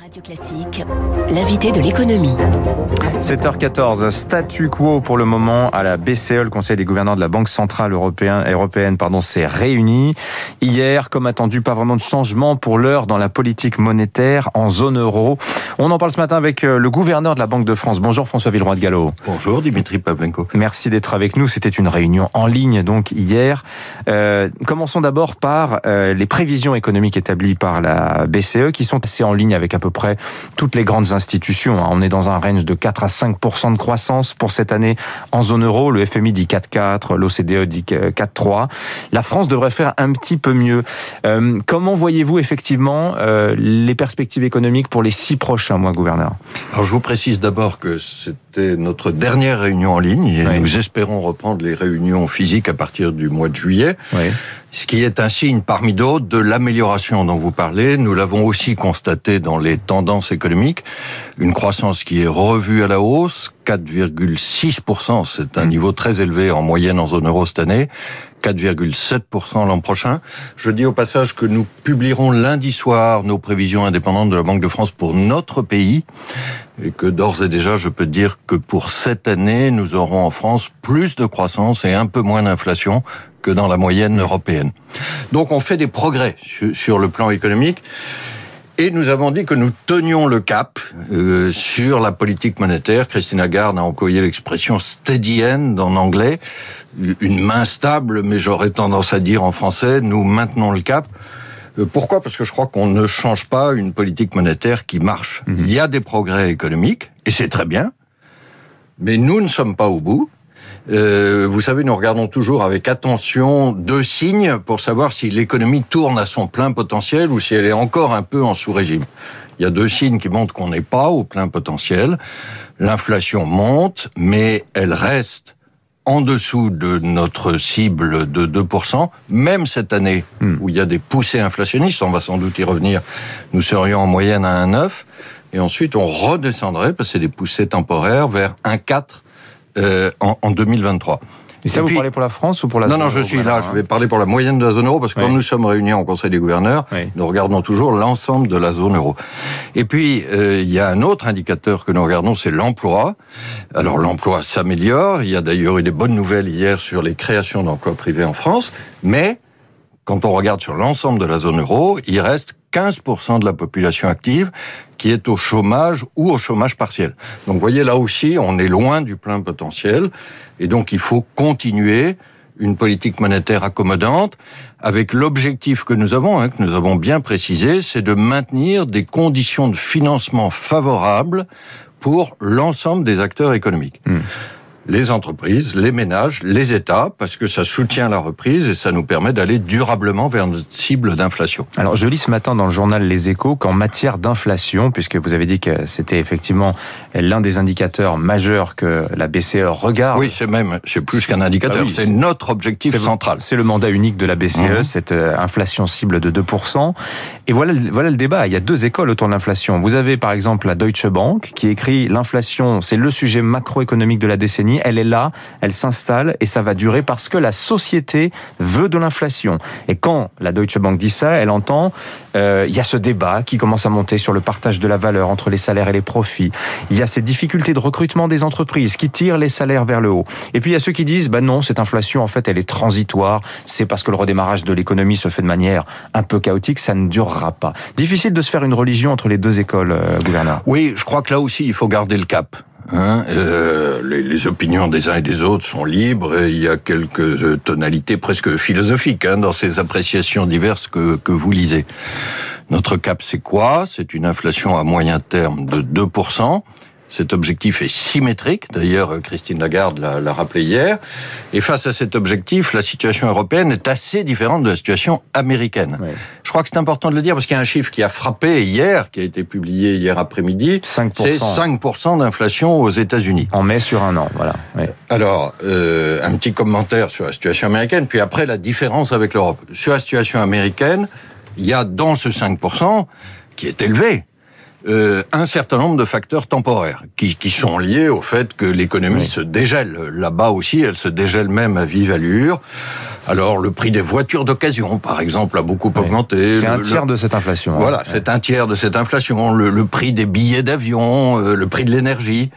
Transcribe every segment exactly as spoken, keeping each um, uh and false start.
Radio Classique, l'invité de l'économie. sept heures quatorze, statu quo pour le moment à la B C E, le Conseil des gouverneurs de la Banque Centrale Européenne, européenne pardon, s'est réuni. Hier, comme attendu, pas vraiment de changement pour l'heure dans la politique monétaire en zone euro. On en parle ce matin avec le gouverneur de la Banque de France. Bonjour François Villeroy de Galhau. Bonjour Dimitri Pavlenko. Merci d'être avec nous. C'était une réunion en ligne donc hier. Euh, commençons d'abord par euh, les prévisions économiques établies par la B C E qui sont assez en ligne avec à peu près toutes les grandes institutions. On est dans un range de quatre à cinq pour cent de croissance pour cette année en zone euro. Le F M I dit quatre virgule quatre, l'O C D E dit quatre virgule trois. La France devrait faire un petit peu mieux. Euh, comment voyez-vous effectivement euh, les perspectives économiques pour les six prochains mois, gouverneur ? Alors je vous précise d'abord que c'était notre dernière réunion en ligne et oui. Nous espérons reprendre les réunions physiques à partir du mois de juillet. Oui. Ce qui est un signe parmi d'autres de l'amélioration dont vous parlez. Nous l'avons aussi constaté dans les tendances économiques. Une croissance qui est revue à la hausse, quatre virgule six pour cent. C'est un niveau très élevé en moyenne en zone euro cette année. quatre virgule sept pour cent l'an prochain. Je dis au passage que nous publierons lundi soir nos prévisions indépendantes de la Banque de France pour notre pays et que d'ores et déjà, je peux dire que pour cette année, nous aurons en France plus de croissance et un peu moins d'inflation que dans la moyenne européenne. Donc on fait des progrès sur le plan économique. Et nous avons dit que nous tenions le cap euh, sur la politique monétaire. Christine Lagarde a employé l'expression steady hand en anglais, une main stable, mais j'aurais tendance à dire en français, nous maintenons le cap. Euh, pourquoi ? Parce que je crois qu'on ne change pas une politique monétaire qui marche. Mmh. Il y a des progrès économiques, et c'est très bien, mais nous ne sommes pas au bout. Euh, vous savez, nous regardons toujours avec attention deux signes pour savoir si l'économie tourne à son plein potentiel ou si elle est encore un peu en sous-régime. Il y a deux signes qui montrent qu'on n'est pas au plein potentiel. L'inflation monte, mais elle reste en dessous de notre cible de deux pour cent. Même cette année où il y a des poussées inflationnistes, on va sans doute y revenir, nous serions en moyenne à un virgule neuf. Et ensuite, on redescendrait, parce que c'est des poussées temporaires, vers un virgule quatre. Euh, en, en deux mille vingt-trois. Et ça, et vous puis, parlez pour la France ou pour la non, zone non, euro ? Non, je suis là, je vais parler pour la moyenne de la zone euro, parce que oui. Quand nous sommes réunis en Conseil des gouverneurs, oui. Nous regardons toujours l'ensemble de la zone euro. Et puis, euh, il y a un autre indicateur que nous regardons, c'est l'emploi. Alors, l'emploi s'améliore. Il y a d'ailleurs eu des bonnes nouvelles hier sur les créations d'emplois privés en France. Mais, quand on regarde sur l'ensemble de la zone euro, il reste quinze pour cent de la population active qui est au chômage ou au chômage partiel. Donc vous voyez, là aussi, on est loin du plein potentiel. Et donc il faut continuer une politique monétaire accommodante avec l'objectif que nous avons, hein, que nous avons bien précisé, c'est de maintenir des conditions de financement favorables pour l'ensemble des acteurs économiques. Mmh. Les entreprises, les ménages, les États, parce que ça soutient la reprise et ça nous permet d'aller durablement vers notre cible d'inflation. Alors, je lis ce matin dans le journal Les Échos qu'en matière d'inflation, puisque vous avez dit que c'était effectivement l'un des indicateurs majeurs que la B C E regarde. Oui, c'est même, c'est plus qu'un indicateur, ah oui, c'est, c'est notre objectif c'est, central. C'est le mandat unique de la B C E, mmh. cette inflation cible de deux pour cent. Et voilà, voilà le débat. Il y a deux écoles autour de l'inflation. Vous avez par exemple la Deutsche Bank qui écrit « L'inflation, c'est le sujet macroéconomique de la décennie. Elle est là, elle s'installe et ça va durer parce que la société veut de l'inflation. » Et quand la Deutsche Bank dit ça, elle entend euh, il y a ce débat qui commence à monter sur le partage de la valeur entre les salaires et les profits. Il y a ces difficultés de recrutement des entreprises qui tirent les salaires vers le haut. Et puis il y a ceux qui disent bah non, cette inflation en fait elle est transitoire, c'est parce que le redémarrage de l'économie se fait de manière un peu chaotique, ça ne durera pas. Difficile de se faire une religion entre les deux écoles, euh, gouverneur. Oui, je crois que là aussi il faut garder le cap. Hein, euh, les, les opinions des uns et des autres sont libres et il y a quelques tonalités presque philosophiques hein, dans ces appréciations diverses que, que vous lisez. Notre cap, c'est quoi ? C'est une inflation à moyen terme de deux pour cent. Cet objectif est symétrique, d'ailleurs Christine Lagarde l'a, l'a rappelé hier, et face à cet objectif, la situation européenne est assez différente de la situation américaine. Oui. Je crois que c'est important de le dire, parce qu'il y a un chiffre qui a frappé hier, qui a été publié hier après-midi, cinq pour cent. C'est cinq pour cent d'inflation aux États-Unis. En mai sur un an, voilà. Oui. Alors, euh, un petit commentaire sur la situation américaine, puis après la différence avec l'Europe. Sur la situation américaine, il y a dans ce cinq pour cent, qui est élevé, euh, un certain nombre de facteurs temporaires qui, qui sont liés au fait que l'économie oui. se dégèle. Là-bas aussi, elle se dégèle même à vive allure. Alors, le prix des voitures d'occasion, par exemple, a beaucoup oui. augmenté. C'est le, un tiers le... de cette inflation. Voilà, hein. c'est un tiers de cette inflation. Le, le prix des billets d'avion, euh, le prix de l'énergie.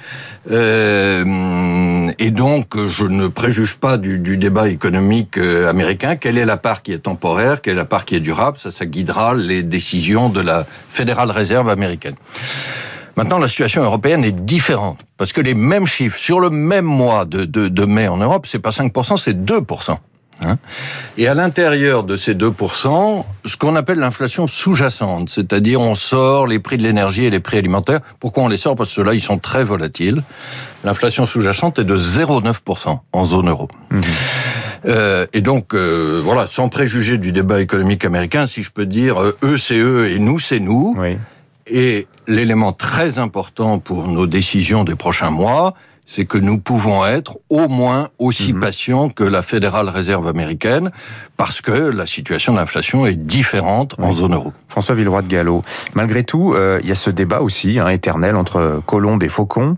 Euh, et donc, je ne préjuge pas du, du débat économique euh, américain. Quelle est la part qui est temporaire? Quelle est la part qui est durable? Ça, ça guidera les décisions de la Federal Reserve américaine. Maintenant, la situation européenne est différente. Parce que les mêmes chiffres, sur le même mois de, de, de mai en Europe, c'est pas cinq pour cent, c'est deux pour cent. Hein. Et à l'intérieur de ces deux pour cent, ce qu'on appelle l'inflation sous-jacente, c'est-à-dire on sort les prix de l'énergie et les prix alimentaires. Pourquoi on les sort? Parce que ceux-là, ils sont très volatiles. L'inflation sous-jacente est de zéro virgule neuf pour cent en zone euro. Mmh. Euh, et donc, euh, voilà, sans préjuger du débat économique américain, si je peux dire, euh, eux c'est eux et nous c'est nous. Oui. Et l'élément très important pour nos décisions des prochains mois, c'est que nous pouvons être au moins aussi mmh. patients que la Fédérale Réserve américaine, parce que la situation d'inflation est différente oui. en zone euro. François Villeroy de Galhau, malgré tout, euh, il y a ce débat aussi hein, éternel entre colombe et faucon.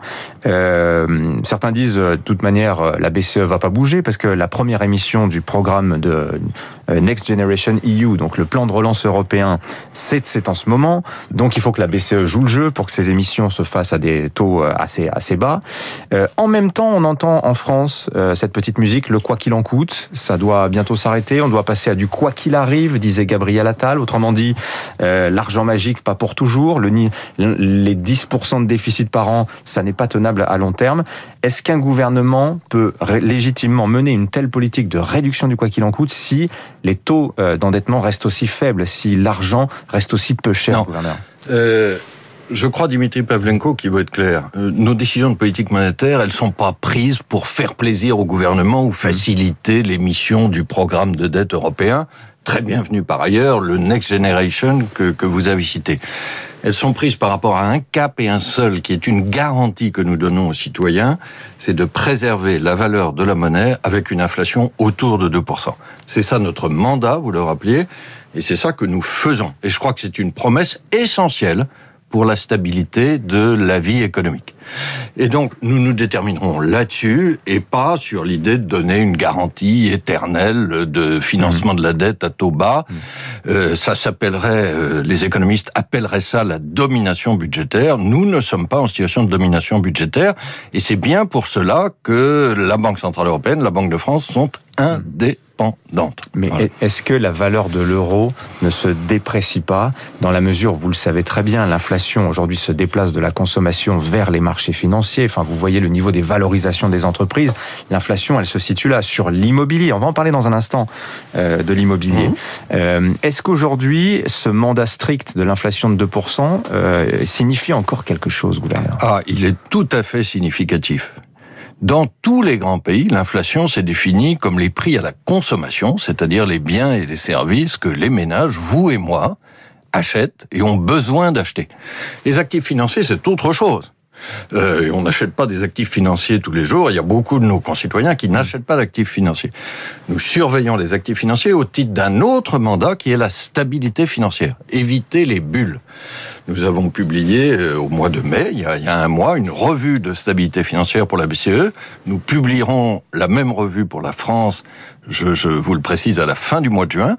Euh, certains disent, de toute manière, la B C E va pas bouger, parce que la première émission du programme de Next Generation E U, donc le plan de relance européen, c'est, c'est en ce moment. Donc il faut que la B C E joue le jeu pour que ces émissions se fassent à des taux assez, assez bas. Euh, en même temps, on entend en France euh, cette petite musique, le quoi qu'il en coûte, ça doit bientôt s'arrêter, on doit passer à du quoi qu'il arrive, disait Gabriel Attal. Autrement dit, euh, l'argent magique, pas pour toujours, le, les dix pour cent de déficit par an, ça n'est pas tenable à long terme. Est-ce qu'un gouvernement peut ré- légitimement mener une telle politique de réduction du quoi qu'il en coûte si les taux euh, d'endettement restent aussi faibles, si l'argent reste aussi peu cher, non. gouverneur euh... Je crois, Dimitri Pavlenko, qu'il faut être clair. Euh, nos décisions de politique monétaire, elles sont pas prises pour faire plaisir au gouvernement ou faciliter l'émission du programme de dette européen. Très bienvenu par ailleurs, le Next Generation que, que vous avez cité. Elles sont prises par rapport à un cap et un seul, qui est une garantie que nous donnons aux citoyens, c'est de préserver la valeur de la monnaie avec une inflation autour de deux pour cent. C'est ça notre mandat, vous le rappeliez, et c'est ça que nous faisons. Et je crois que c'est une promesse essentielle pour la stabilité de la vie économique. Et donc, nous nous déterminerons là-dessus et pas sur l'idée de donner une garantie éternelle de financement mmh. de la dette à taux bas. Mmh. Euh, ça s'appellerait, euh, les économistes appelleraient ça la domination budgétaire. Nous ne sommes pas en situation de domination budgétaire et c'est bien pour cela que la Banque Centrale Européenne, la Banque de France sont indépendantes. Mais voilà. Est-ce que la valeur de l'euro ne se déprécie pas dans la mesure, vous le savez très bien, l'inflation aujourd'hui se déplace de la consommation vers les marchés financiers. Enfin, vous voyez le niveau des valorisations des entreprises. L'inflation, elle se situe là sur l'immobilier. On va en parler dans un instant euh, de l'immobilier. Mmh. Euh, est-ce qu'aujourd'hui, ce mandat strict de l'inflation de deux pour cent euh, signifie encore quelque chose, gouverneur? Ah, il est tout à fait significatif. Dans tous les grands pays, l'inflation s'est définie comme les prix à la consommation, c'est-à-dire les biens et les services que les ménages, vous et moi, achètent et ont besoin d'acheter. Les actifs financiers, c'est autre chose. Euh, on n'achète pas des actifs financiers tous les jours. Il y a beaucoup de nos concitoyens qui n'achètent pas d'actifs financiers. Nous surveillons les actifs financiers au titre d'un autre mandat qui est la stabilité financière. Éviter les bulles. Nous avons publié euh, au mois de mai, il y, a, il y a un mois, une revue de stabilité financière pour la B C E. Nous publierons la même revue pour la France, je, je vous le précise, à la fin du mois de juin.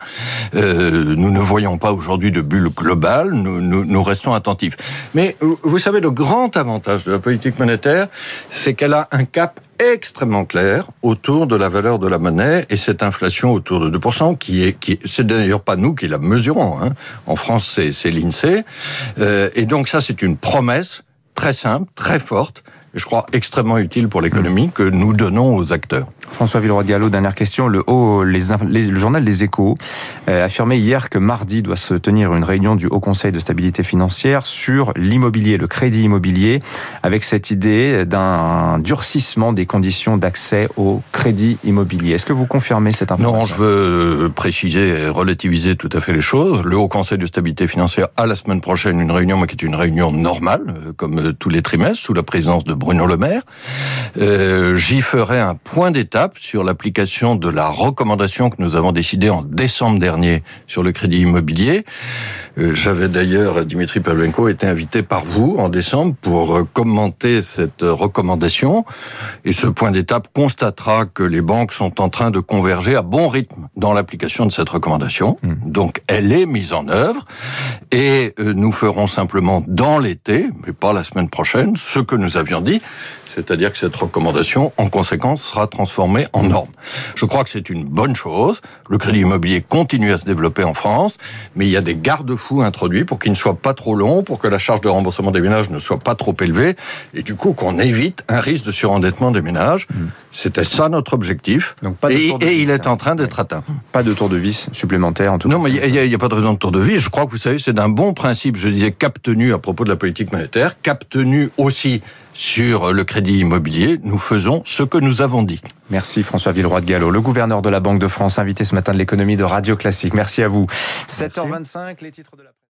Euh, nous ne voyons pas aujourd'hui de bulle globale, nous, nous, nous restons attentifs. Mais vous savez, le grand avantage de la politique monétaire, c'est qu'elle a un cap extrêmement clair autour de la valeur de la monnaie et cette inflation autour de deux pour cent qui est, qui est, c'est d'ailleurs pas nous qui la mesurons, hein. En France, c'est, c'est l'INSEE. Euh, et donc ça, c'est une promesse très simple, très forte, et je crois extrêmement utile pour l'économie que nous donnons aux acteurs. François Villeroy de Galhau, dernière question. Le, haut, les, les, le journal Les Échos euh, affirmait hier que mardi doit se tenir une réunion du Haut Conseil de stabilité financière sur l'immobilier, le crédit immobilier, avec cette idée d'un durcissement des conditions d'accès au crédit immobilier. Est-ce que vous confirmez cette information? Non, je veux préciser et relativiser tout à fait les choses. Le Haut Conseil de stabilité financière a la semaine prochaine une réunion, mais qui est une réunion normale, comme tous les trimestres, sous la présidence de Bruno Le Maire. Euh, j'y ferai un point d'étape sur l'application de la recommandation que nous avons décidée en décembre dernier sur le crédit immobilier. Euh, j'avais d'ailleurs, Dimitri Pavlenko, été invité par vous en décembre pour euh, commenter cette euh, recommandation. Et ce point d'étape constatera que les banques sont en train de converger à bon rythme dans l'application de cette recommandation. Mmh. Donc, elle est mise en œuvre. Et euh, nous ferons simplement dans l'été, mais pas la semaine prochaine, ce que nous avions dit, c'est-à-dire que cette recommandation, en conséquence, sera transformée en norme. Je crois que c'est une bonne chose. Le crédit immobilier continue à se développer en France, mais il y a des garde-fous introduits pour qu'il ne soit pas trop long, pour que la charge de remboursement des ménages ne soit pas trop élevée, et du coup qu'on évite un risque de surendettement des ménages. Mmh. C'était ça notre objectif, Donc pas de et, et vis, il est en train d'être atteint. Pas de tour de vis supplémentaire en tout cas. Non, mais il n'y a, a, a pas de raison de tour de vis. Je crois que vous savez, c'est d'un bon principe. Je disais cap tenu à propos de la politique monétaire, cap tenu aussi sur le crédit immobilier, nous faisons ce que nous avons dit. Merci François Villeroy de Galhau, le gouverneur de la Banque de France, invité ce matin de l'économie de Radio Classique. Merci à vous. sept heures vingt-cinq, les titres de la